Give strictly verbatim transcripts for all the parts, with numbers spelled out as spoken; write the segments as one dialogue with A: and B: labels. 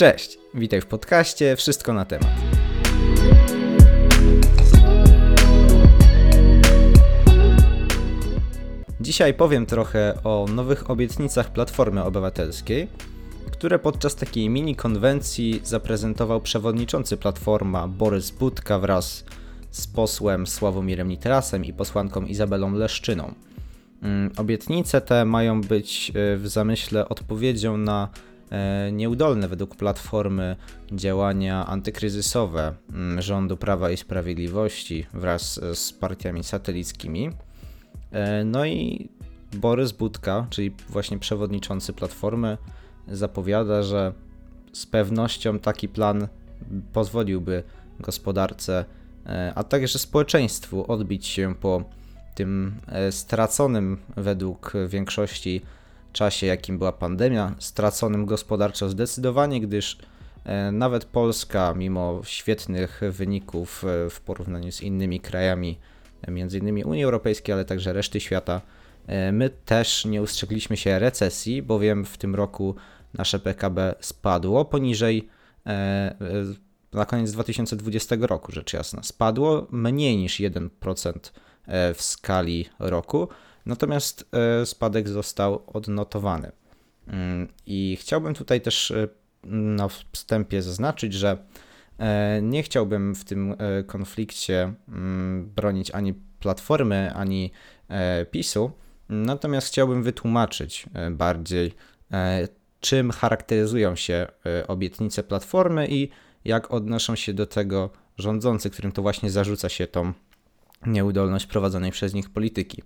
A: Cześć, witaj w podcaście Wszystko na temat. Dzisiaj powiem trochę o nowych obietnicach Platformy Obywatelskiej, które podczas takiej mini konwencji zaprezentował przewodniczący Platforma Borys Budka wraz z posłem Sławomirem Nitrasem i posłanką Izabelą Leszczyną. Obietnice te mają być w zamyśle odpowiedzią na nieudolne według Platformy działania antykryzysowe rządu Prawa i Sprawiedliwości wraz z partiami satelickimi. No i Borys Budka, czyli właśnie przewodniczący Platformy, zapowiada, że z pewnością taki plan pozwoliłby gospodarce, a także społeczeństwu odbić się po tym straconym według większości czasie, jakim była pandemia, straconym gospodarczo zdecydowanie, gdyż nawet Polska, mimo świetnych wyników w porównaniu z innymi krajami, między innymi Unii Europejskiej, ale także reszty świata, my też nie ustrzegliśmy się recesji, bowiem w tym roku nasze P K B spadło poniżej, na koniec dwa tysiące dwudziestego roku, rzecz jasna, spadło mniej niż jeden procent w skali roku, natomiast spadek został odnotowany. I chciałbym tutaj też na wstępie zaznaczyć, że nie chciałbym w tym konflikcie bronić ani Platformy, ani PiSu, natomiast chciałbym wytłumaczyć bardziej, czym charakteryzują się obietnice Platformy i jak odnoszą się do tego rządzący, którym to właśnie zarzuca się tą nieudolność prowadzonej przez nich polityki.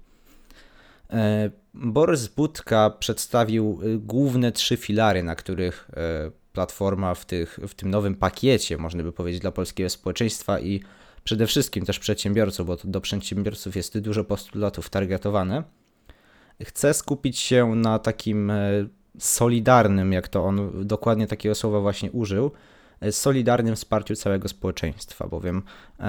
A: Borys Budka przedstawił główne trzy filary, na których Platforma w, tych, w tym nowym pakiecie, można by powiedzieć, dla polskiego społeczeństwa i przede wszystkim też przedsiębiorców, bo do przedsiębiorców jest dużo postulatów targetowane, chce skupić się na takim solidarnym, jak to on dokładnie takiego słowa właśnie użył, solidarnym wsparciu całego społeczeństwa, bowiem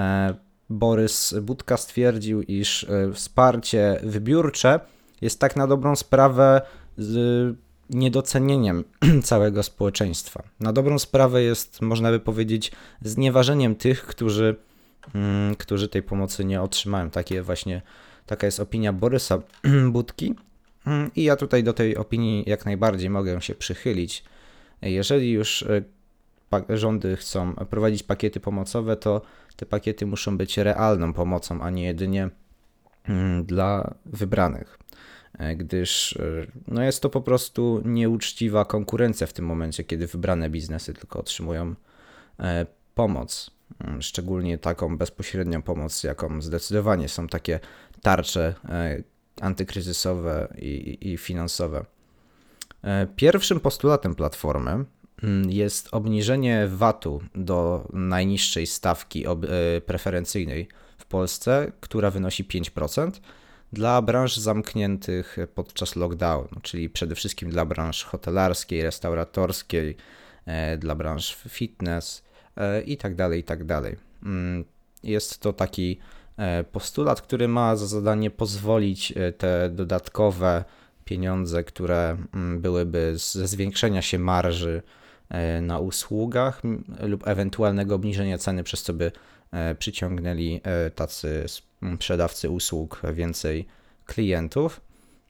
A: Borys Budka stwierdził, iż wsparcie wybiórcze jest tak na dobrą sprawę z niedocenieniem całego społeczeństwa. Na dobrą sprawę jest, można by powiedzieć, znieważeniem tych, którzy, którzy tej pomocy nie otrzymają. Takie właśnie, taka jest opinia Borysa Budki i ja tutaj do tej opinii jak najbardziej mogę się przychylić. Jeżeli już rządy chcą prowadzić pakiety pomocowe, to te pakiety muszą być realną pomocą, a nie jedynie dla wybranych, gdyż no jest to po prostu nieuczciwa konkurencja w tym momencie, kiedy wybrane biznesy tylko otrzymują pomoc, szczególnie taką bezpośrednią pomoc, jaką zdecydowanie są takie tarcze antykryzysowe i, i finansowe. Pierwszym postulatem Platformy jest obniżenie V A T-u do najniższej stawki ob- preferencyjnej w Polsce, która wynosi pięć procent dla branż zamkniętych podczas lockdownu, czyli przede wszystkim dla branż hotelarskiej, restauratorskiej, dla branż fitness i tak dalej, i tak dalej. Jest to taki postulat, który ma za zadanie pozwolić te dodatkowe pieniądze, które byłyby ze zwiększenia się marży na usługach lub ewentualnego obniżenia ceny, przez co by przyciągnęli tacy sprzedawcy usług więcej klientów.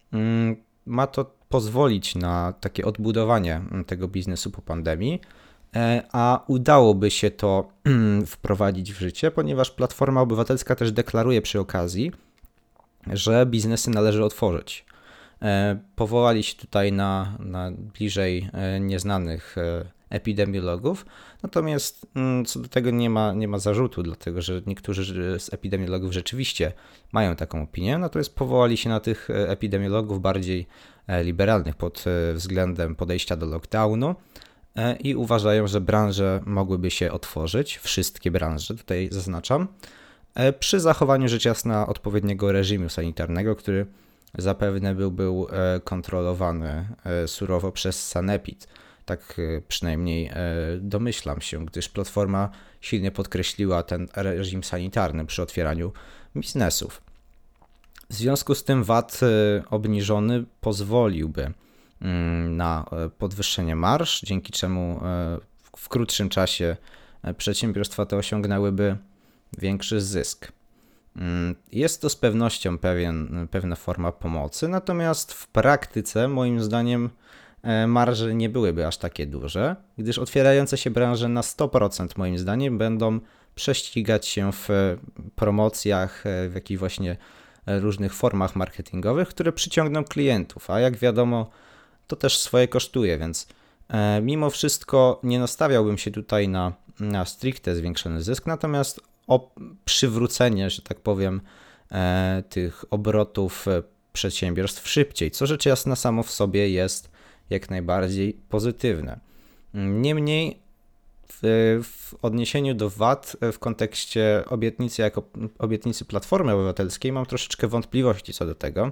A: Ma to pozwolić na takie odbudowanie tego biznesu po pandemii, a udałoby się to wprowadzić w życie, ponieważ Platforma Obywatelska też deklaruje przy okazji, że biznesy należy otworzyć. Powołali się tutaj na, na bliżej nieznanych epidemiologów, natomiast co do tego nie ma, nie ma zarzutu, dlatego że niektórzy z epidemiologów rzeczywiście mają taką opinię, natomiast powołali się na tych epidemiologów bardziej liberalnych pod względem podejścia do lockdownu i uważają, że branże mogłyby się otworzyć, wszystkie branże, tutaj zaznaczam, przy zachowaniu rzecz jasna odpowiedniego reżimu sanitarnego, który zapewne był, był kontrolowany surowo przez Sanepid. Tak przynajmniej domyślam się, gdyż Platforma silnie podkreśliła ten reżim sanitarny przy otwieraniu biznesów. W związku z tym V A T obniżony pozwoliłby na podwyższenie marż, dzięki czemu w krótszym czasie przedsiębiorstwa te osiągnęłyby większy zysk. Jest to z pewnością pewien, pewna forma pomocy, natomiast w praktyce moim zdaniem marże nie byłyby aż takie duże, gdyż otwierające się branże na sto procent moim zdaniem będą prześcigać się w promocjach, w jakichś właśnie różnych formach marketingowych, które przyciągną klientów, a jak wiadomo to też swoje kosztuje, więc mimo wszystko nie nastawiałbym się tutaj na, na stricte zwiększony zysk, natomiast o przywrócenie, że tak powiem, tych obrotów przedsiębiorstw szybciej, co rzecz jasna samo w sobie jest jak najbardziej pozytywne. Niemniej w, w odniesieniu do V A T w kontekście obietnicy jako obietnicy Platformy Obywatelskiej mam troszeczkę wątpliwości co do tego,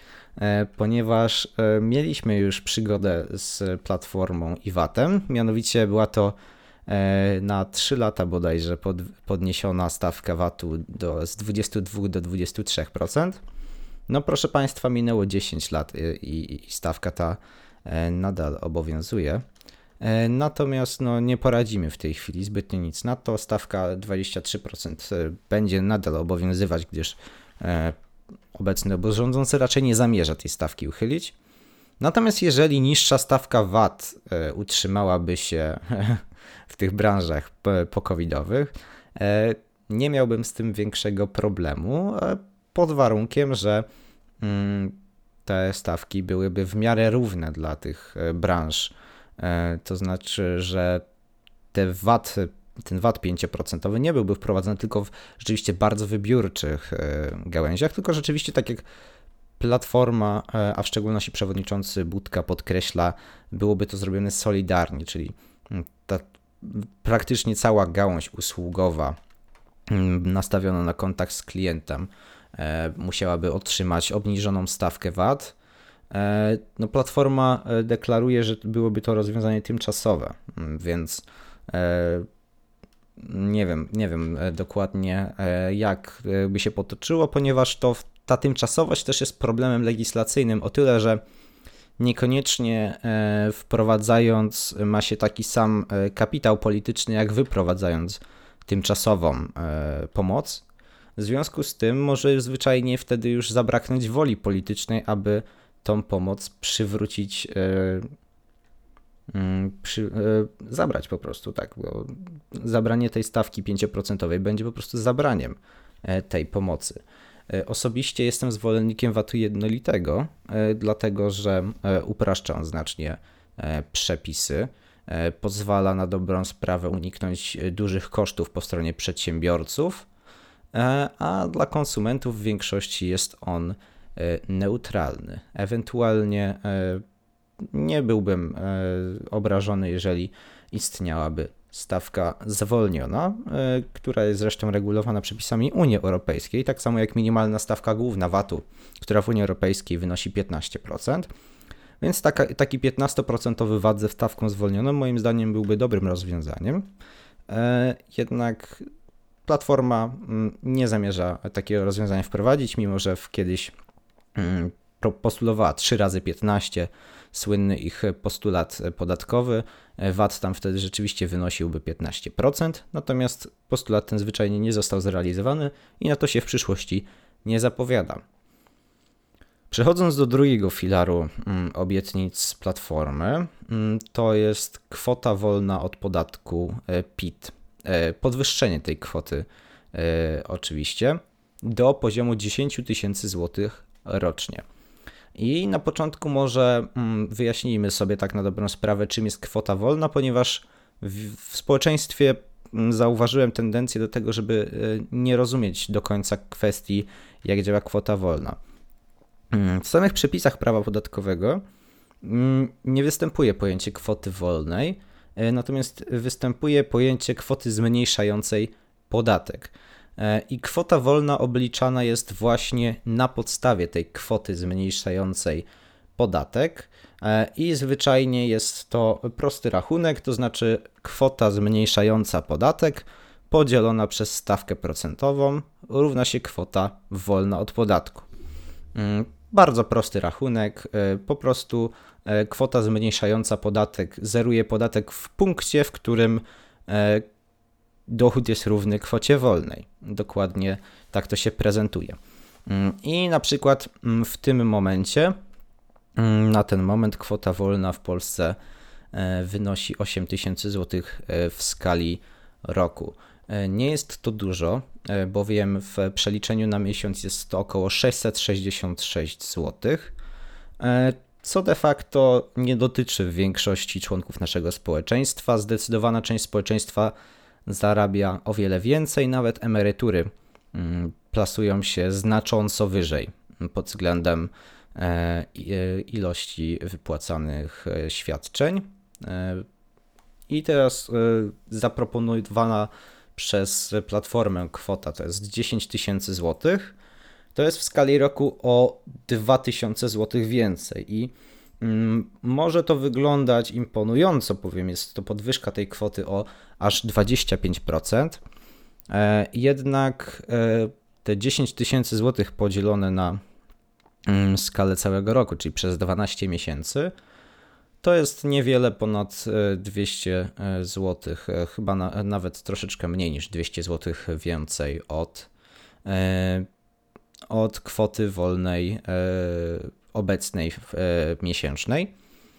A: ponieważ mieliśmy już przygodę z Platformą i V A T-em, mianowicie była to na trzy lata bodajże pod, podniesiona stawka V A T-u do, z dwudziestu dwóch do dwudziestu trzech procent. No proszę Państwa, minęło dziesięć lat i, i stawka ta nadal obowiązuje. Natomiast no, nie poradzimy w tej chwili zbytnio nic na to. Stawka dwadzieścia trzy procent będzie nadal obowiązywać, gdyż obecny obóz rządzący raczej nie zamierza tej stawki uchylić. Natomiast jeżeli niższa stawka V A T utrzymałaby się w tych branżach pokowidowych, nie miałbym z tym większego problemu, pod warunkiem, że te stawki byłyby w miarę równe dla tych branż. To znaczy, że te V A T, ten V A T pięć procent nie byłby wprowadzony tylko w rzeczywiście bardzo wybiórczych gałęziach, tylko rzeczywiście tak jak Platforma, a w szczególności przewodniczący Budka podkreśla, byłoby to zrobione solidarnie, czyli ta praktycznie cała gałąź usługowa nastawiona na kontakt z klientem musiałaby otrzymać obniżoną stawkę V A T. No, Platforma deklaruje, że byłoby to rozwiązanie tymczasowe, więc nie wiem, nie wiem dokładnie jak by się potoczyło, ponieważ to ta tymczasowość też jest problemem legislacyjnym o tyle, że niekoniecznie wprowadzając ma się taki sam kapitał polityczny, jak wyprowadzając tymczasową pomoc. W związku z tym może zwyczajnie wtedy już zabraknąć woli politycznej, aby tą pomoc przywrócić, przy, zabrać po prostu, tak, bo zabranie tej stawki pięć procent będzie po prostu zabraniem tej pomocy. Osobiście jestem zwolennikiem V A T-u jednolitego, dlatego że upraszcza on znacznie przepisy, pozwala na dobrą sprawę uniknąć dużych kosztów po stronie przedsiębiorców, a dla konsumentów w większości jest on neutralny. Ewentualnie nie byłbym obrażony, jeżeli istniałaby stawka zwolniona, która jest zresztą regulowana przepisami Unii Europejskiej, tak samo jak minimalna stawka główna V A T-u, która w Unii Europejskiej wynosi piętnaście procent. Więc taka, taki piętnaście procent V A T ze stawką zwolnioną moim zdaniem byłby dobrym rozwiązaniem. Jednak Platforma nie zamierza takiego rozwiązania wprowadzić, mimo że kiedyś postulowała trzy razy piętnaście, słynny ich postulat podatkowy. V A T tam wtedy rzeczywiście wynosiłby piętnaście procent, natomiast postulat ten zwyczajnie nie został zrealizowany i na to się w przyszłości nie zapowiada. Przechodząc do drugiego filaru obietnic Platformy, to jest kwota wolna od podatku P I T. Podwyższenie tej kwoty oczywiście do poziomu dziesięć tysięcy złotych rocznie. I na początku może wyjaśnijmy sobie tak na dobrą sprawę, czym jest kwota wolna, ponieważ w, w społeczeństwie zauważyłem tendencję do tego, żeby nie rozumieć do końca kwestii, jak działa kwota wolna. W samych przepisach prawa podatkowego nie występuje pojęcie kwoty wolnej, natomiast występuje pojęcie kwoty zmniejszającej podatek. I kwota wolna obliczana jest właśnie na podstawie tej kwoty zmniejszającej podatek i zwyczajnie jest to prosty rachunek, to znaczy kwota zmniejszająca podatek podzielona przez stawkę procentową równa się kwota wolna od podatku. Bardzo prosty rachunek, po prostu kwota zmniejszająca podatek zeruje podatek w punkcie, w którym dochód jest równy kwocie wolnej. Dokładnie tak to się prezentuje. I na przykład w tym momencie, na ten moment kwota wolna w Polsce wynosi osiem tysięcy złotych w skali roku. Nie jest to dużo, bowiem w przeliczeniu na miesiąc jest to około sześćset sześćdziesiąt sześć złotych, co de facto nie dotyczy większości członków naszego społeczeństwa. Zdecydowana część społeczeństwa zarabia o wiele więcej, nawet emerytury plasują się znacząco wyżej pod względem ilości wypłacanych świadczeń. I teraz zaproponowana przez platformę kwota to jest dziesięć tysięcy złotych, to jest w skali roku o dwa tysiące złotych więcej i mm, może to wyglądać imponująco, powiem, jest to podwyżka tej kwoty o aż dwadzieścia pięć procent, e, jednak e, te dziesięć tysięcy złotych podzielone na mm, skalę całego roku, czyli przez dwanaście miesięcy, to jest niewiele ponad dwieście złotych, chyba na, nawet troszeczkę mniej niż dwieście złotych więcej od, e, od kwoty wolnej e, obecnej e, miesięcznej.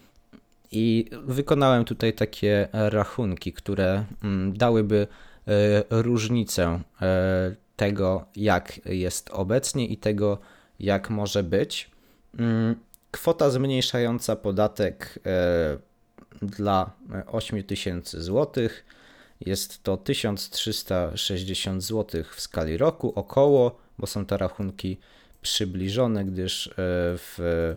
A: I wykonałem tutaj takie rachunki, które m, dałyby e, różnicę e, tego, jak jest obecnie i tego, jak może być. Mm, Kwota zmniejszająca podatek e, dla osiem tysięcy złotych jest to tysiąc trzysta sześćdziesiąt złotych w skali roku, około, bo są to rachunki przybliżone, gdyż e, w,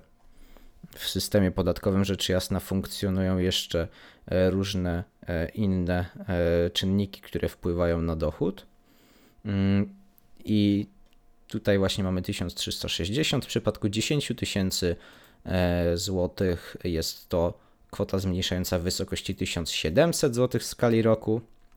A: w systemie podatkowym rzecz jasna funkcjonują jeszcze e, różne e, inne e, czynniki, które wpływają na dochód. Mm, I tutaj właśnie mamy tysiąc trzysta sześćdziesiąt, w przypadku dziesięć tysięcy złotych jest to kwota zmniejszająca w wysokości tysiąc siedemset złotych w skali roku.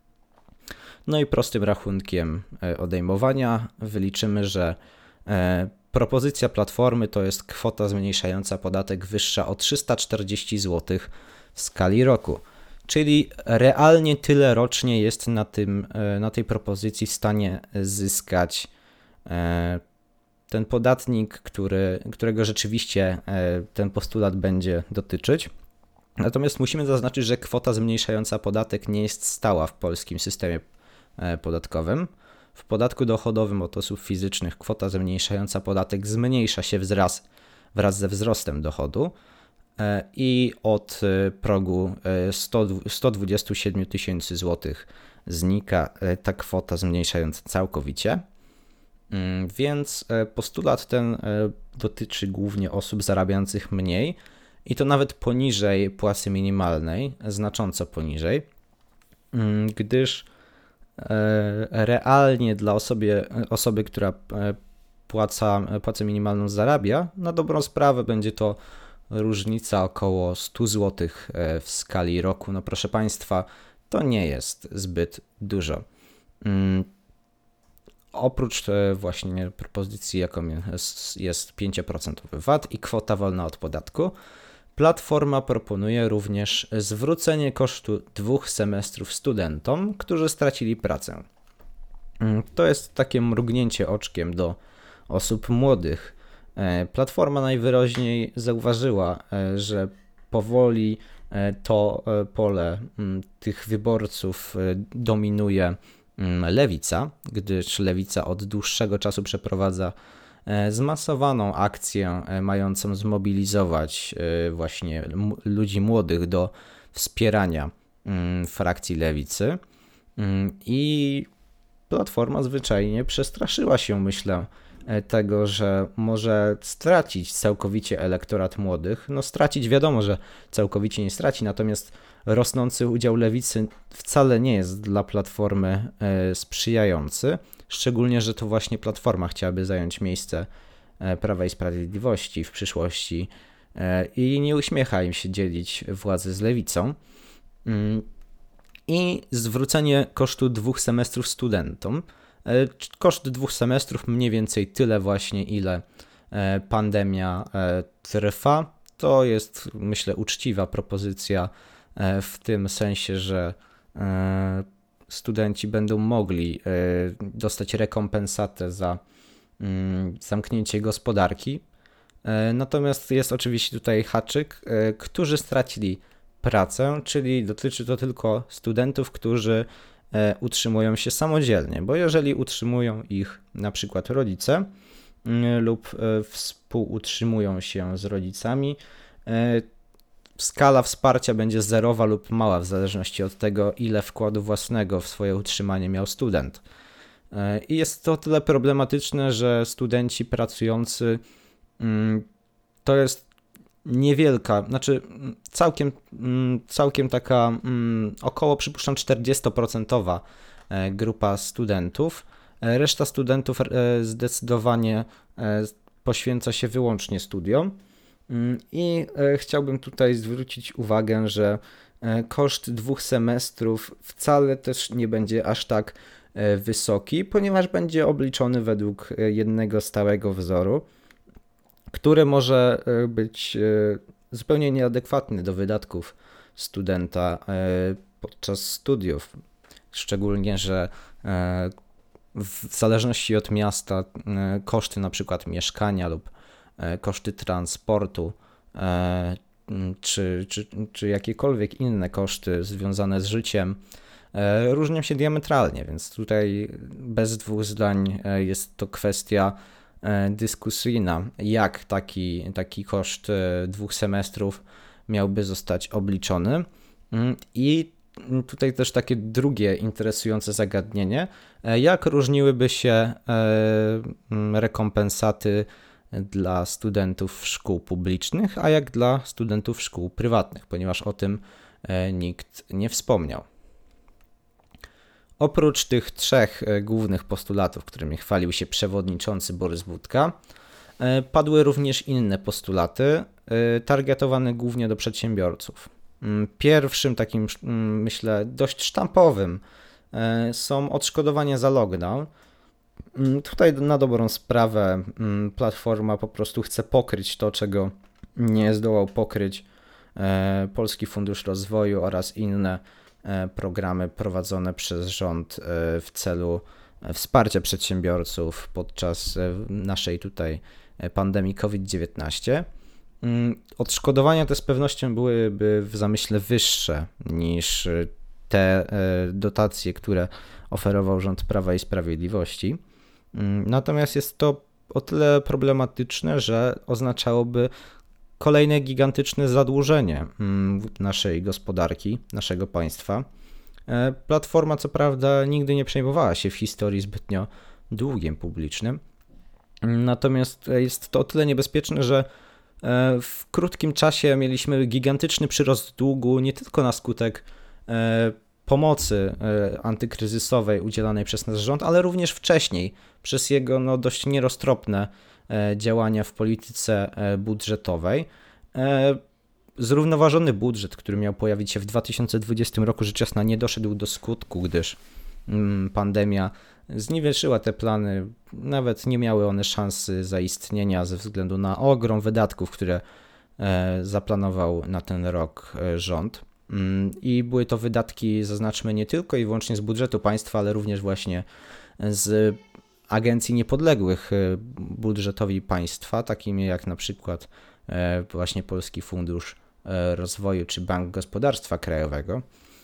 A: No i prostym rachunkiem odejmowania wyliczymy, że propozycja platformy to jest kwota zmniejszająca podatek wyższa o trzysta czterdzieści złotych w skali roku. Czyli realnie tyle rocznie jest na, tym, na tej propozycji w stanie zyskać ten podatnik, który, którego rzeczywiście ten postulat będzie dotyczyć. Natomiast musimy zaznaczyć, że kwota zmniejszająca podatek nie jest stała w polskim systemie podatkowym. W podatku dochodowym od osób fizycznych kwota zmniejszająca podatek zmniejsza się wraz, wraz ze wzrostem dochodu i od progu sto dwadzieścia siedem tysięcy złotych znika ta kwota zmniejszająca całkowicie. Więc postulat ten dotyczy głównie osób zarabiających mniej i to nawet poniżej płacy minimalnej, znacząco poniżej, gdyż realnie dla osoby, osoby która płaca, płacę minimalną zarabia, na dobrą sprawę będzie to różnica około sto złotych w skali roku. No proszę Państwa, to nie jest zbyt dużo. Oprócz właśnie propozycji, jaką jest, jest pięć procent V A T i kwota wolna od podatku, platforma proponuje również zwrócenie kosztu dwóch semestrów studentom, którzy stracili pracę. To jest takie mrugnięcie oczkiem do osób młodych. Platforma najwyraźniej zauważyła, że powoli to pole tych wyborców dominuje Lewica, gdyż Lewica od dłuższego czasu przeprowadza zmasowaną akcję mającą zmobilizować właśnie ludzi młodych do wspierania frakcji Lewicy i Platforma zwyczajnie przestraszyła się, myślę, tego, że może stracić całkowicie elektorat młodych. No stracić wiadomo, że całkowicie nie straci, natomiast rosnący udział Lewicy wcale nie jest dla Platformy sprzyjający, szczególnie, że to właśnie Platforma chciałaby zająć miejsce Prawa i Sprawiedliwości w przyszłości i nie uśmiecha im się dzielić władzy z Lewicą. I zwrócenie kosztu dwóch semestrów studentom. Koszt dwóch semestrów mniej więcej tyle właśnie, ile pandemia trwa, to jest, myślę, uczciwa propozycja w tym sensie, że studenci będą mogli dostać rekompensatę za zamknięcie gospodarki. Natomiast jest oczywiście tutaj haczyk, którzy stracili pracę, czyli dotyczy to tylko studentów, którzy utrzymują się samodzielnie, bo jeżeli utrzymują ich na przykład rodzice lub współutrzymują się z rodzicami, skala wsparcia będzie zerowa lub mała w zależności od tego, ile wkładu własnego w swoje utrzymanie miał student. I jest to tyle problematyczne, że studenci pracujący to jest niewielka, znaczy całkiem, całkiem taka około, przypuszczam, czterdziestoprocentowa grupa studentów. Reszta studentów zdecydowanie poświęca się wyłącznie studiom i chciałbym tutaj zwrócić uwagę, że koszt dwóch semestrów wcale też nie będzie aż tak wysoki, ponieważ będzie obliczony według jednego stałego wzoru, który może być zupełnie nieadekwatny do wydatków studenta podczas studiów. Szczególnie, że w zależności od miasta koszty na przykład mieszkania lub koszty transportu czy, czy, czy jakiekolwiek inne koszty związane z życiem różnią się diametralnie, więc tutaj bez dwóch zdań jest to kwestia dyskusyjna, jak taki, taki koszt dwóch semestrów miałby zostać obliczony. I tutaj też takie drugie interesujące zagadnienie, jak różniłyby się rekompensaty dla studentów szkół publicznych, a jak dla studentów szkół prywatnych, ponieważ o tym nikt nie wspomniał. Oprócz tych trzech głównych postulatów, którymi chwalił się przewodniczący Borys Budka, padły również inne postulaty, targetowane głównie do przedsiębiorców. Pierwszym takim, myślę, dość sztampowym są odszkodowania za lockdown. Tutaj na dobrą sprawę Platforma po prostu chce pokryć to, czego nie zdołał pokryć Polski Fundusz Rozwoju oraz inne programy prowadzone przez rząd w celu wsparcia przedsiębiorców podczas naszej tutaj pandemii COVID dziewiętnaście. Odszkodowania te z pewnością byłyby w zamyśle wyższe niż te dotacje, które oferował rząd Prawa i Sprawiedliwości. Natomiast jest to o tyle problematyczne, że oznaczałoby kolejne gigantyczne zadłużenie naszej gospodarki, naszego państwa. Platforma co prawda nigdy nie przejmowała się w historii zbytnio długiem publicznym, natomiast jest to o tyle niebezpieczne, że w krótkim czasie mieliśmy gigantyczny przyrost długu nie tylko na skutek pomocy antykryzysowej udzielanej przez nasz rząd, ale również wcześniej przez jego no, dość nieroztropne działania w polityce budżetowej. Zrównoważony budżet, który miał pojawić się w dwa tysiące dwudziestym roku, rzecz jasna nie doszedł do skutku, gdyż pandemia zniweczyła te plany, nawet nie miały one szansy zaistnienia ze względu na ogrom wydatków, które zaplanował na ten rok rząd. I były to wydatki, zaznaczmy, nie tylko i wyłącznie z budżetu państwa, ale również właśnie z agencji niepodległych budżetowi państwa, takimi jak na przykład właśnie Polski Fundusz Rozwoju czy Bank Gospodarstwa Krajowego.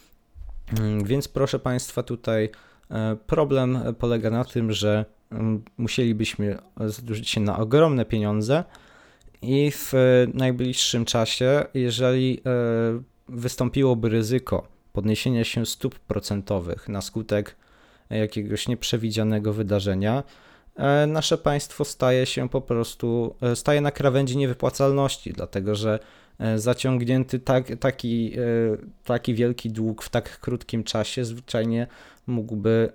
A: Więc proszę Państwa, tutaj problem polega na tym, że musielibyśmy zadłużyć się na ogromne pieniądze i w najbliższym czasie, jeżeli wystąpiłoby ryzyko podniesienia się stóp procentowych na skutek jakiegoś nieprzewidzianego wydarzenia, nasze państwo staje się po prostu, staje na krawędzi niewypłacalności, dlatego że zaciągnięty tak, taki, taki wielki dług w tak krótkim czasie zwyczajnie mógłby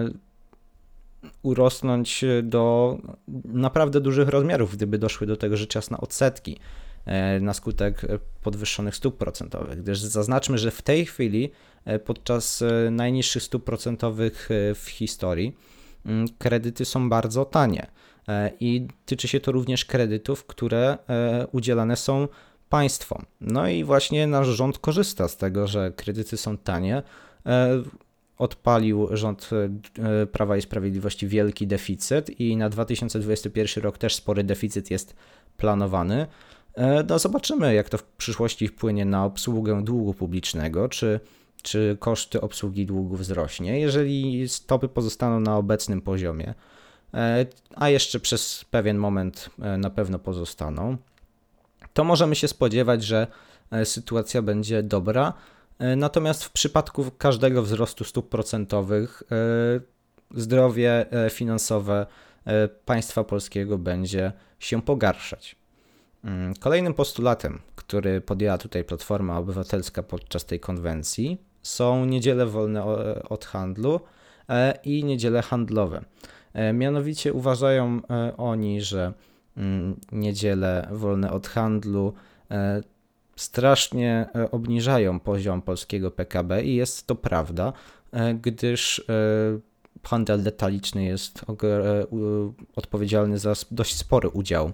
A: urosnąć do naprawdę dużych rozmiarów, gdyby doszły do tego rzecz jasna odsetki na skutek podwyższonych stóp procentowych, gdyż zaznaczmy, że w tej chwili podczas najniższych stóp procentowych w historii kredyty są bardzo tanie i tyczy się to również kredytów, które udzielane są państwo. No i właśnie nasz rząd korzysta z tego, że kredyty są tanie. Odpalił rząd Prawa i Sprawiedliwości wielki deficyt i na dwa tysiące dwudziesty pierwszy rok też spory deficyt jest planowany. No zobaczymy, jak to w przyszłości wpłynie na obsługę długu publicznego, czy, czy koszty obsługi długu wzrośnie. Jeżeli stopy pozostaną na obecnym poziomie, a jeszcze przez pewien moment na pewno pozostaną, to możemy się spodziewać, że sytuacja będzie dobra. Natomiast w przypadku każdego wzrostu stóp procentowych zdrowie finansowe państwa polskiego będzie się pogarszać. Kolejnym postulatem, który podjęła tutaj Platforma Obywatelska podczas tej konwencji, są niedziele wolne od handlu i niedziele handlowe. Mianowicie uważają oni, że niedziele wolne od handlu strasznie obniżają poziom polskiego P K B i jest to prawda, gdyż handel detaliczny jest odpowiedzialny za dość spory udział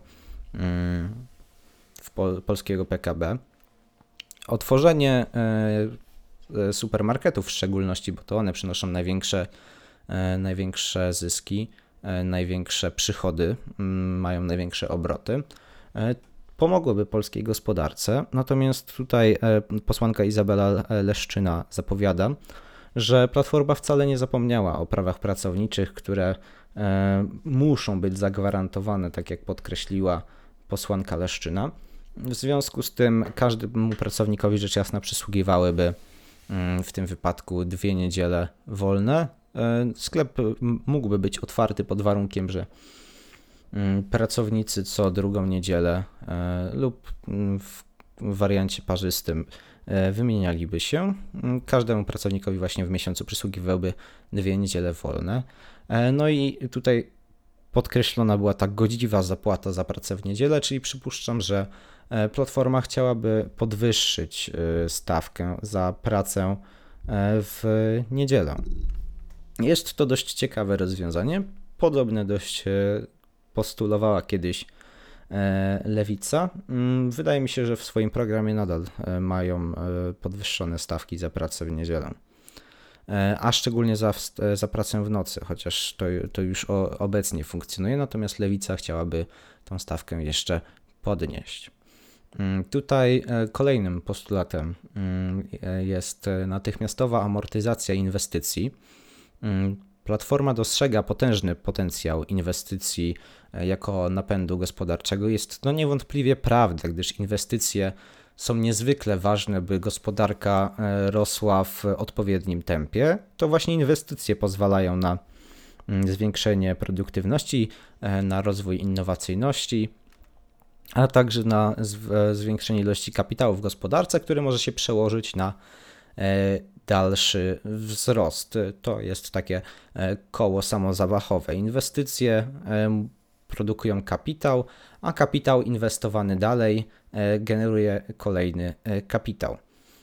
A: w polskiego P K B. Otworzenie supermarketów w szczególności, bo to one przynoszą największe, największe zyski, największe przychody, mają największe obroty, pomogłyby polskiej gospodarce. Natomiast tutaj posłanka Izabela Leszczyna zapowiada, że Platforma wcale nie zapomniała o prawach pracowniczych, które muszą być zagwarantowane, tak jak podkreśliła posłanka Leszczyna. W związku z tym każdemu pracownikowi rzecz jasna przysługiwałyby w tym wypadku dwie niedziele wolne. Sklep mógłby być otwarty pod warunkiem, że pracownicy co drugą niedzielę lub w wariancie parzystym wymienialiby się. Każdemu pracownikowi właśnie w miesiącu przysługiwałyby dwie niedziele wolne. No i tutaj podkreślona była ta godziwa zapłata za pracę w niedzielę, czyli przypuszczam, że Platforma chciałaby podwyższyć stawkę za pracę w niedzielę. Jest to dość ciekawe rozwiązanie. Podobne dość postulowała kiedyś Lewica. Wydaje mi się, że w swoim programie nadal mają podwyższone stawki za pracę w niedzielę, a szczególnie za, za pracę w nocy, chociaż to, to już obecnie funkcjonuje, natomiast Lewica chciałaby tą stawkę jeszcze podnieść. Tutaj kolejnym postulatem jest natychmiastowa amortyzacja inwestycji. Platforma dostrzega potężny potencjał inwestycji jako napędu gospodarczego. Jest to niewątpliwie prawda, gdyż inwestycje są niezwykle ważne, by gospodarka rosła w odpowiednim tempie. To właśnie inwestycje pozwalają na zwiększenie produktywności, na rozwój innowacyjności, a także na zwiększenie ilości kapitału w gospodarce, który może się przełożyć na dalszy wzrost. To jest takie koło samozawachowe. Inwestycje produkują kapitał, a kapitał inwestowany dalej generuje kolejny kapitał.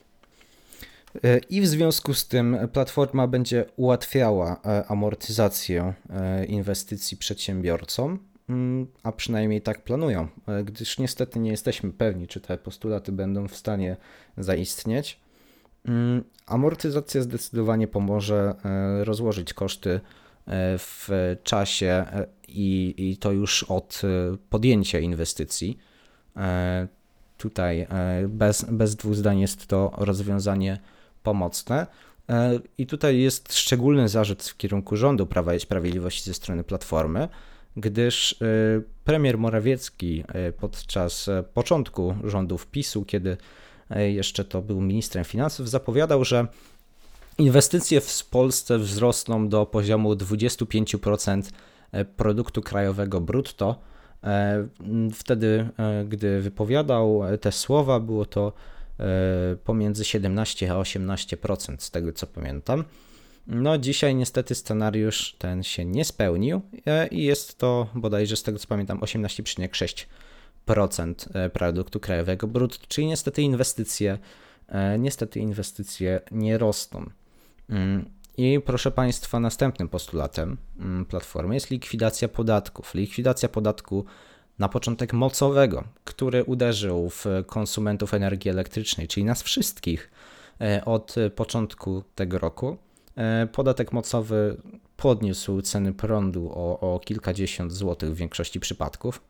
A: I w związku z tym Platforma będzie ułatwiała amortyzację inwestycji przedsiębiorcom, a przynajmniej tak planują, gdyż niestety nie jesteśmy pewni, czy te postulaty będą w stanie zaistnieć. Amortyzacja zdecydowanie pomoże rozłożyć koszty w czasie i, i to już od podjęcia inwestycji. Tutaj bez, bez dwóch zdań jest to rozwiązanie pomocne. I tutaj jest szczególny zarzut w kierunku rządu Prawa i Sprawiedliwości ze strony Platformy, gdyż premier Morawiecki podczas początku rządów PiSu, kiedy jeszcze to był ministrem finansów, zapowiadał, że inwestycje w Polsce wzrosną do poziomu dwadzieścia pięć procent produktu krajowego brutto. Wtedy, gdy wypowiadał te słowa, było to pomiędzy siedemnaście a osiemnaście procent, z tego co pamiętam. No dzisiaj niestety scenariusz ten się nie spełnił i jest to bodajże, z tego co pamiętam, osiemnaście przecinek sześć procent produktu krajowego brutto, czyli niestety inwestycje, niestety inwestycje nie rosną. I proszę Państwa, następnym postulatem Platformy jest likwidacja podatków. Likwidacja podatku na początek mocowego, który uderzył w konsumentów energii elektrycznej, czyli nas wszystkich od początku tego roku. Podatek mocowy podniósł ceny prądu o, o kilkadziesiąt złotych w większości przypadków.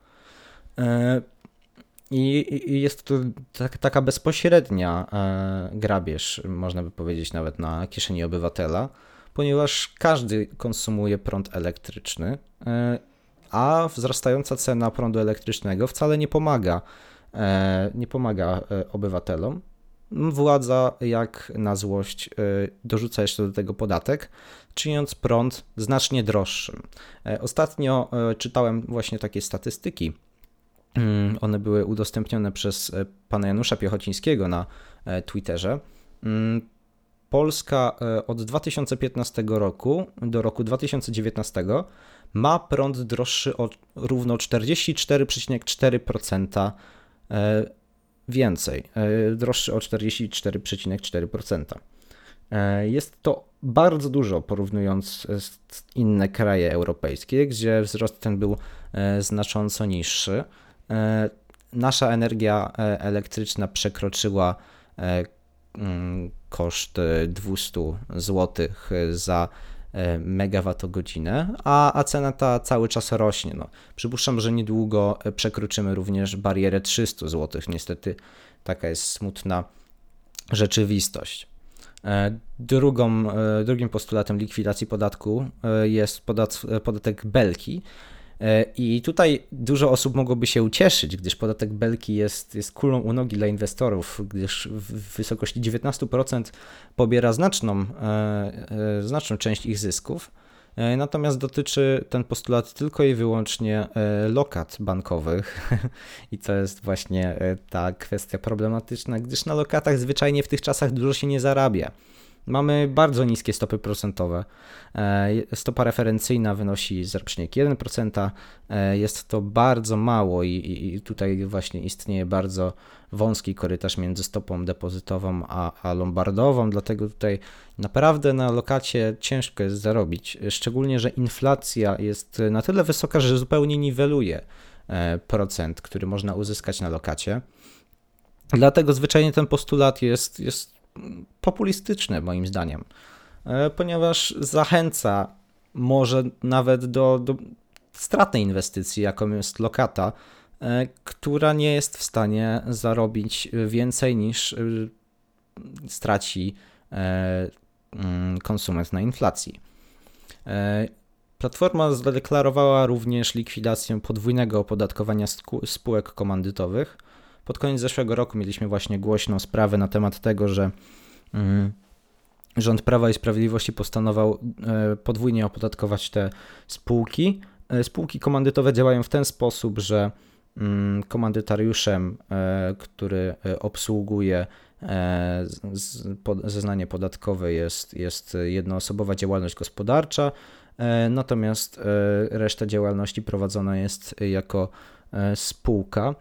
A: I, i jest to tak, taka bezpośrednia grabież, można by powiedzieć, nawet na kieszeni obywatela, ponieważ każdy konsumuje prąd elektryczny, a wzrastająca cena prądu elektrycznego wcale nie pomaga, nie pomaga obywatelom. Władza jak na złość dorzuca jeszcze do tego podatek, czyniąc prąd znacznie droższym. Ostatnio czytałem właśnie takie statystyki. One były udostępnione przez pana Janusza Piechocińskiego na Twitterze. Polska od dwa tysiące piętnastego roku do roku dwa tysiące dziewiętnastego ma prąd droższy o równo czterdzieści cztery przecinek cztery procent więcej, droższy o czterdzieści cztery przecinek cztery procent. Jest to bardzo dużo, porównując inne kraje europejskie, gdzie wzrost ten był znacząco niższy. Nasza energia elektryczna przekroczyła koszt dwieście złotych za megawattogodzinę, a, a cena ta cały czas rośnie. No, przypuszczam, że niedługo przekroczymy również barierę trzysta złotych. Niestety taka jest smutna rzeczywistość. Drugą, drugim postulatem likwidacji podatku jest podat, podatek Belki. I tutaj dużo osób mogłoby się ucieszyć, gdyż podatek Belki jest, jest kulą u nogi dla inwestorów, gdyż w wysokości dziewiętnaście procent pobiera znaczną, znaczną część ich zysków. Natomiast dotyczy ten postulat tylko i wyłącznie lokat bankowych i to jest właśnie ta kwestia problematyczna, gdyż na lokatach zwyczajnie w tych czasach dużo się nie zarabia. Mamy bardzo niskie stopy procentowe. Stopa referencyjna wynosi zero przecinek jeden procent. Jest to bardzo mało i, i tutaj właśnie istnieje bardzo wąski korytarz między stopą depozytową a, a lombardową, dlatego tutaj naprawdę na lokacie ciężko jest zarobić, szczególnie, że inflacja jest na tyle wysoka, że zupełnie niweluje procent, który można uzyskać na lokacie. Dlatego zwyczajnie ten postulat jest, jest populistyczny moim zdaniem, ponieważ zachęca może nawet do, do stratnej inwestycji, jaką jest lokata, która nie jest w stanie zarobić więcej niż straci konsument na inflacji. Platforma zadeklarowała również likwidację podwójnego opodatkowania spółek komandytowych. Pod koniec zeszłego roku mieliśmy właśnie głośną sprawę na temat tego, że rząd Prawa i Sprawiedliwości postanowił podwójnie opodatkować te spółki. Spółki komandytowe działają w ten sposób, że komandytariuszem, który obsługuje zeznanie podatkowe jest, jest jednoosobowa działalność gospodarcza, natomiast reszta działalności prowadzona jest jako spółka.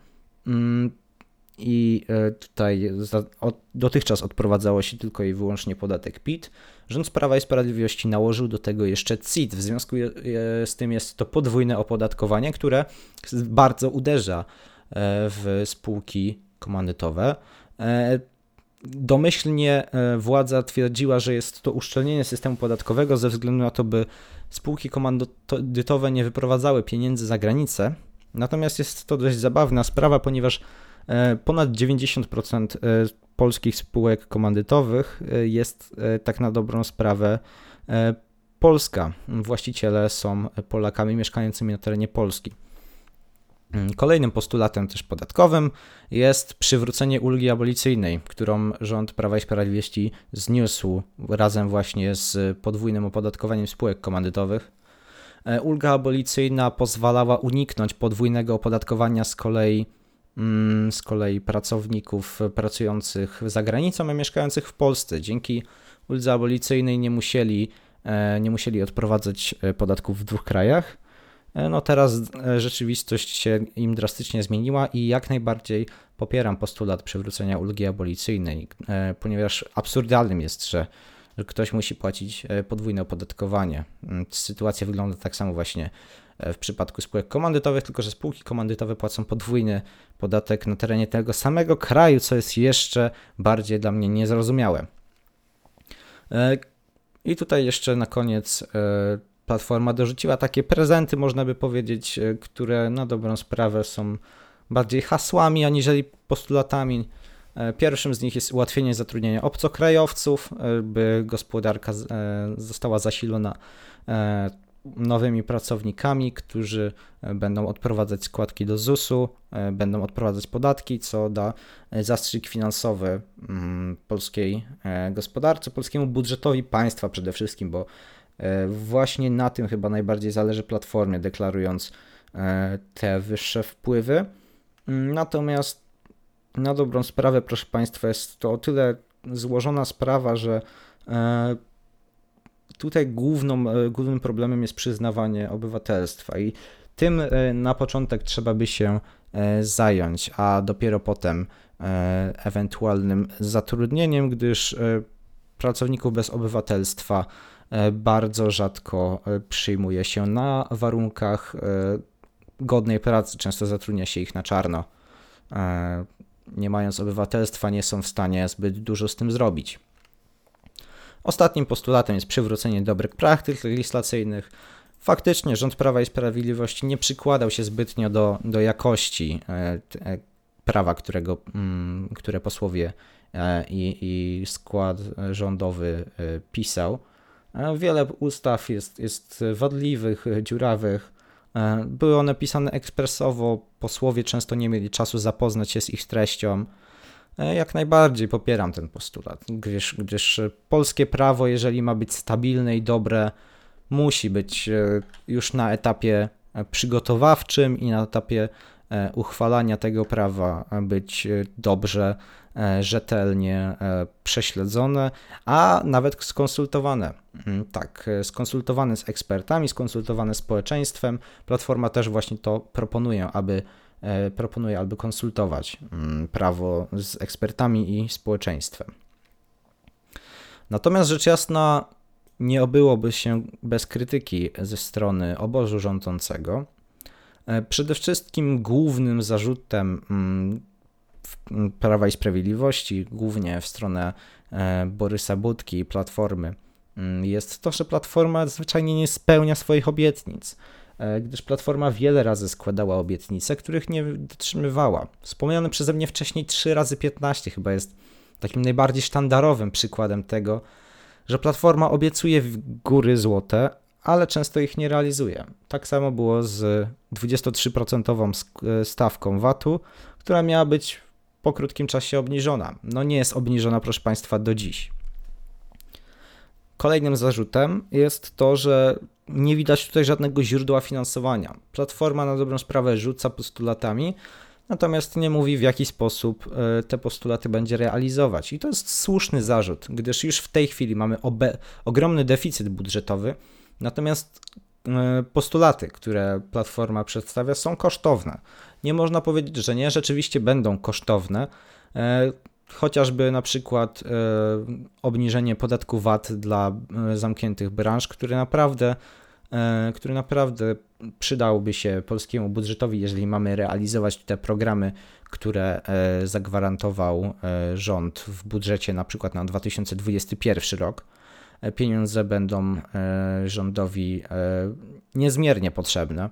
A: I tutaj dotychczas odprowadzało się tylko i wyłącznie podatek P I T. Rząd Prawa i Sprawiedliwości nałożył do tego jeszcze C I T. W związku z tym jest to podwójne opodatkowanie, które bardzo uderza w spółki komandytowe. Domyślnie władza twierdziła, że jest to uszczelnienie systemu podatkowego ze względu na to, by spółki komandytowe nie wyprowadzały pieniędzy za granicę. Natomiast jest to dość zabawna sprawa, ponieważ ponad dziewięćdziesiąt procent polskich spółek komandytowych jest tak na dobrą sprawę polska. Właściciele są Polakami mieszkającymi na terenie Polski. Kolejnym postulatem też podatkowym jest przywrócenie ulgi abolicyjnej, którą rząd Prawa i Sprawiedliwości zniósł razem właśnie z podwójnym opodatkowaniem spółek komandytowych. Ulga abolicyjna pozwalała uniknąć podwójnego opodatkowania z kolei z kolei pracowników pracujących za granicą, a mieszkających w Polsce. Dzięki uldze abolicyjnej nie musieli, nie musieli odprowadzać podatków w dwóch krajach. No teraz rzeczywistość się im drastycznie zmieniła i jak najbardziej popieram postulat przywrócenia ulgi abolicyjnej, ponieważ absurdalnym jest, że że ktoś musi płacić podwójne opodatkowanie. Sytuacja wygląda tak samo właśnie w przypadku spółek komandytowych, tylko że spółki komandytowe płacą podwójny podatek na terenie tego samego kraju, co jest jeszcze bardziej dla mnie niezrozumiałe. I tutaj jeszcze na koniec Platforma dorzuciła takie prezenty, można by powiedzieć, które na dobrą sprawę są bardziej hasłami aniżeli postulatami. Pierwszym z nich jest ułatwienie zatrudnienia obcokrajowców, by gospodarka została zasilona nowymi pracownikami, którzy będą odprowadzać składki do zusu, będą odprowadzać podatki, co da zastrzyk finansowy polskiej gospodarce, polskiemu budżetowi państwa przede wszystkim, bo właśnie na tym chyba najbardziej zależy Platformie, deklarując te wyższe wpływy. Natomiast na dobrą sprawę, proszę Państwa, jest to o tyle złożona sprawa, że tutaj główną, głównym problemem jest przyznawanie obywatelstwa i tym na początek trzeba by się zająć, a dopiero potem ewentualnym zatrudnieniem, gdyż pracowników bez obywatelstwa bardzo rzadko przyjmuje się na warunkach godnej pracy, często zatrudnia się ich na czarno. Nie mając obywatelstwa, nie są w stanie zbyt dużo z tym zrobić. Ostatnim postulatem jest przywrócenie dobrych praktyk legislacyjnych. Faktycznie rząd Prawa i Sprawiedliwości nie przykładał się zbytnio do, do jakości prawa, którego, które posłowie i, i skład rządowy pisał. Wiele ustaw jest, jest wadliwych, dziurawych. Były one pisane ekspresowo, posłowie często nie mieli czasu zapoznać się z ich treścią. Jak najbardziej popieram ten postulat, gdyż, gdyż polskie prawo, jeżeli ma być stabilne i dobre, musi być już na etapie przygotowawczym i na etapie uchwalania tego prawa być dobrze, rzetelnie prześledzone, a nawet skonsultowane. Tak, skonsultowane z ekspertami, skonsultowane z społeczeństwem. Platforma też właśnie to proponuje, aby proponuje, aby konsultować prawo z ekspertami i społeczeństwem. Natomiast rzecz jasna nie obyłoby się bez krytyki ze strony obozu rządzącego. Przede wszystkim głównym zarzutem Prawa i Sprawiedliwości, głównie w stronę Borysa Budki i Platformy, jest to, że Platforma zwyczajnie nie spełnia swoich obietnic, gdyż Platforma wiele razy składała obietnice, których nie dotrzymywała. Wspomniane przeze mnie wcześniej trzy razy piętnaście chyba jest takim najbardziej sztandarowym przykładem tego, że Platforma obiecuje góry złote, ale często ich nie realizuje. Tak samo było z dwudziestotrzyprocentową stawką V A T-u, która miała być po krótkim czasie obniżona. No nie jest obniżona, proszę Państwa, do dziś. Kolejnym zarzutem jest to, że nie widać tutaj żadnego źródła finansowania. Platforma na dobrą sprawę rzuca postulatami, natomiast nie mówi, w jaki sposób te postulaty będzie realizować. I to jest słuszny zarzut, gdyż już w tej chwili mamy obe- ogromny deficyt budżetowy, natomiast postulaty, które Platforma przedstawia, są kosztowne. Nie można powiedzieć, że nie, rzeczywiście będą kosztowne, chociażby na przykład obniżenie podatku V A T dla zamkniętych branż, które naprawdę, który naprawdę przydałby się polskiemu budżetowi, jeżeli mamy realizować te programy, które zagwarantował rząd w budżecie na przykład na dwa tysiące dwudziesty pierwszy rok. Pieniądze będą rządowi niezmiernie potrzebne.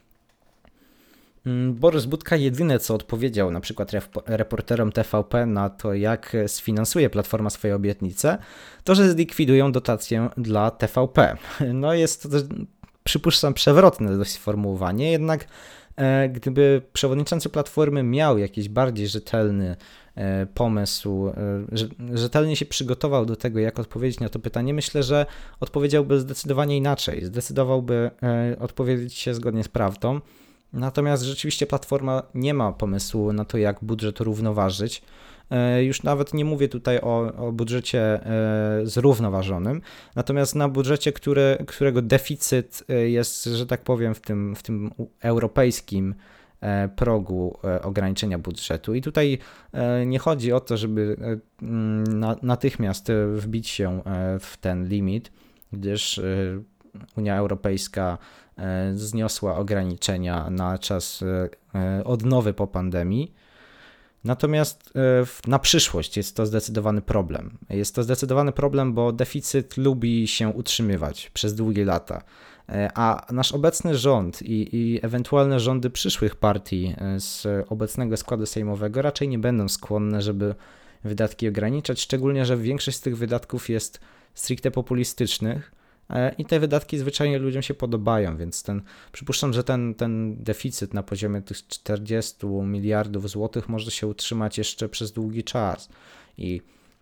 A: Borys Budka jedyne co odpowiedział na przykład reporterom T V P na to, jak sfinansuje Platforma swoje obietnice, to że zlikwidują dotację dla T V P. No jest to, przypuszczam, przewrotne dość sformułowanie, jednak gdyby przewodniczący Platformy miał jakiś bardziej rzetelny pomysł, rzetelnie się przygotował do tego, jak odpowiedzieć na to pytanie, myślę, że odpowiedziałby zdecydowanie inaczej. Zdecydowałby odpowiedzieć się zgodnie z prawdą. Natomiast rzeczywiście Platforma nie ma pomysłu na to, jak budżet równoważyć. Już nawet nie mówię tutaj o, o budżecie zrównoważonym, natomiast na budżecie, który, którego deficyt jest, że tak powiem, w tym, w tym europejskim progu ograniczenia budżetu. I tutaj nie chodzi o to, żeby natychmiast wbić się w ten limit, gdyż Unia Europejska zniosła ograniczenia na czas odnowy po pandemii. Natomiast na przyszłość jest to zdecydowany problem. Jest to zdecydowany problem, bo deficyt lubi się utrzymywać przez długie lata. A nasz obecny rząd i, i ewentualne rządy przyszłych partii z obecnego składu sejmowego raczej nie będą skłonne, żeby wydatki ograniczać, szczególnie, że większość z tych wydatków jest stricte populistycznych i te wydatki zwyczajnie ludziom się podobają, więc ten, przypuszczam, że ten, ten deficyt na poziomie tych czterdziestu miliardów złotych może się utrzymać jeszcze przez długi czas i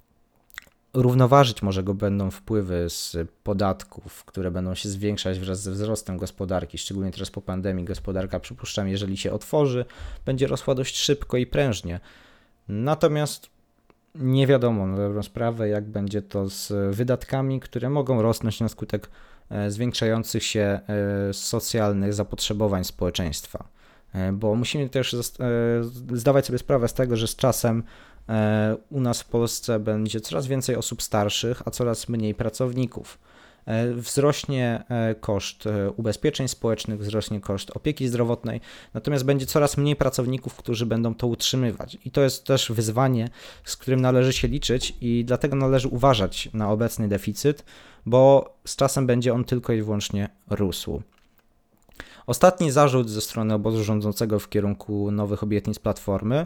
A: równoważyć może go będą wpływy z podatków, które będą się zwiększać wraz ze wzrostem gospodarki, szczególnie teraz po pandemii. Gospodarka, przypuszczam, jeżeli się otworzy, będzie rosła dość szybko i prężnie. Natomiast nie wiadomo na dobrą sprawę, jak będzie to z wydatkami, które mogą rosnąć na skutek zwiększających się socjalnych zapotrzebowań społeczeństwa. Bo musimy też zdawać sobie sprawę z tego, że z czasem u nas w Polsce będzie coraz więcej osób starszych, a coraz mniej pracowników. Wzrośnie koszt ubezpieczeń społecznych, wzrośnie koszt opieki zdrowotnej, natomiast będzie coraz mniej pracowników, którzy będą to utrzymywać. I to jest też wyzwanie, z którym należy się liczyć i dlatego należy uważać na obecny deficyt, bo z czasem będzie on tylko i wyłącznie rósł. Ostatni zarzut ze strony obozu rządzącego w kierunku nowych obietnic Platformy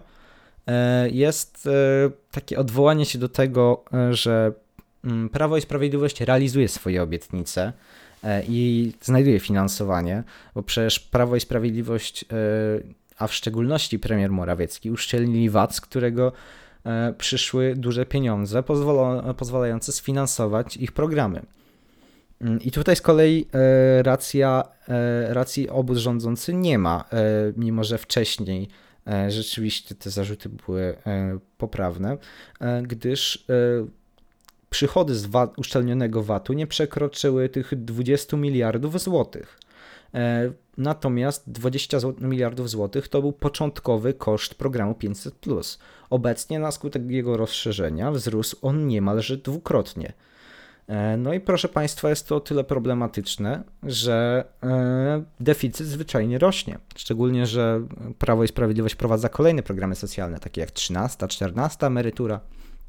A: jest takie odwołanie się do tego, że Prawo i Sprawiedliwość realizuje swoje obietnice i znajduje finansowanie, bo przecież Prawo i Sprawiedliwość, a w szczególności premier Morawiecki, uszczelnili V A T, z którego przyszły duże pieniądze pozwala, pozwalające sfinansować ich programy. I tutaj z kolei racja, racji obóz rządzący nie ma, mimo że wcześniej rzeczywiście te zarzuty były poprawne, gdyż przychody z V A T, uszczelnionego V A T-u nie przekroczyły tych dwudziestu miliardów złotych. Natomiast dwadzieścia miliardów złotych to był początkowy koszt programu pięćset plus. Obecnie na skutek jego rozszerzenia wzrósł on niemalże dwukrotnie. No i proszę Państwa, jest to o tyle problematyczne, że deficyt zwyczajnie rośnie. Szczególnie, że Prawo i Sprawiedliwość wprowadza kolejne programy socjalne, takie jak trzynasta, czternasta emerytura,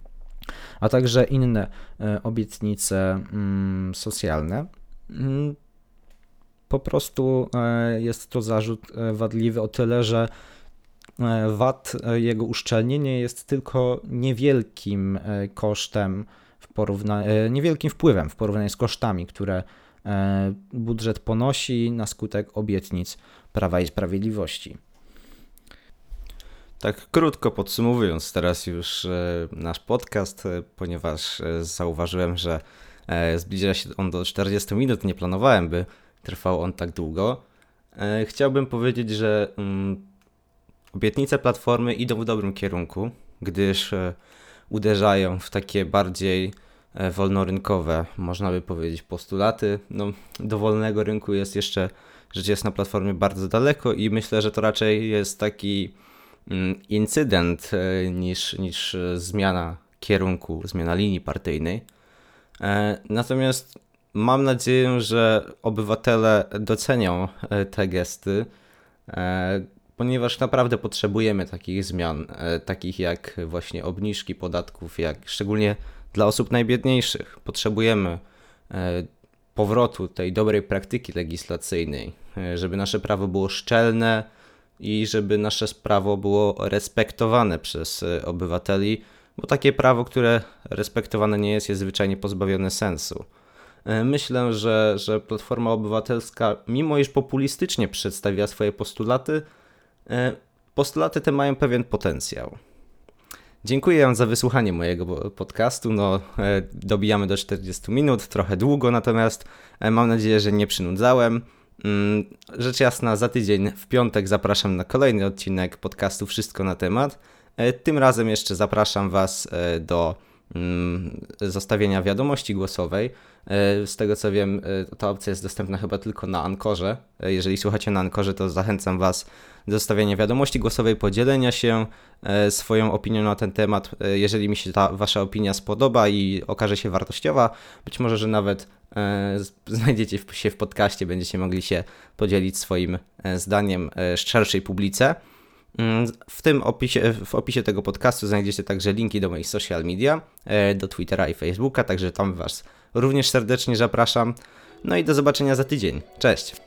A: a także inne obietnice socjalne. Po prostu jest to zarzut wadliwy o tyle, że V A T, jego uszczelnienie jest tylko niewielkim kosztem, w porówna- niewielkim wpływem w porównaniu z kosztami, które budżet ponosi na skutek obietnic Prawa i Sprawiedliwości.
B: Tak krótko podsumowując teraz już nasz podcast, ponieważ zauważyłem, że zbliża się on do czterdziestu minut, nie planowałem, by trwał on tak długo. Chciałbym powiedzieć, że obietnice Platformy idą w dobrym kierunku, gdyż uderzają w takie bardziej wolnorynkowe, można by powiedzieć, postulaty. No, do wolnego rynku jest jeszcze rzecz jasna Platformie bardzo daleko i myślę, że to raczej jest taki incydent niż, niż zmiana kierunku, zmiana linii partyjnej. Natomiast mam nadzieję, że obywatele docenią te gesty, ponieważ naprawdę potrzebujemy takich zmian, takich jak właśnie obniżki podatków, jak szczególnie dla osób najbiedniejszych. Potrzebujemy powrotu tej dobrej praktyki legislacyjnej, żeby nasze prawo było szczelne i żeby nasze prawo było respektowane przez obywateli, bo takie prawo, które respektowane nie jest, jest zwyczajnie pozbawione sensu. Myślę, że, że Platforma Obywatelska, mimo iż populistycznie przedstawia swoje postulaty, postulaty te mają pewien potencjał. Dziękuję Wam za wysłuchanie mojego podcastu. No, dobijamy do czterdziestu minut, trochę długo, natomiast mam nadzieję, że nie przynudzałem. Rzecz jasna, za tydzień w piątek zapraszam na kolejny odcinek podcastu Wszystko na temat. Tym razem jeszcze zapraszam Was do zostawienia wiadomości głosowej. Z tego co wiem, ta opcja jest dostępna chyba tylko na Ankorze. Jeżeli słuchacie na Ankorze, to zachęcam Was do zostawienia wiadomości głosowej, podzielenia się swoją opinią na ten temat. Jeżeli mi się ta Wasza opinia spodoba i okaże się wartościowa, być może, że nawet znajdziecie się w podcaście, będziecie mogli się podzielić swoim zdaniem z szerszej publice. W tym opisie, w opisie tego podcastu znajdziecie także linki do moich social media, do Twittera i Facebooka, także tam Was również serdecznie zapraszam. No i do zobaczenia za tydzień. Cześć!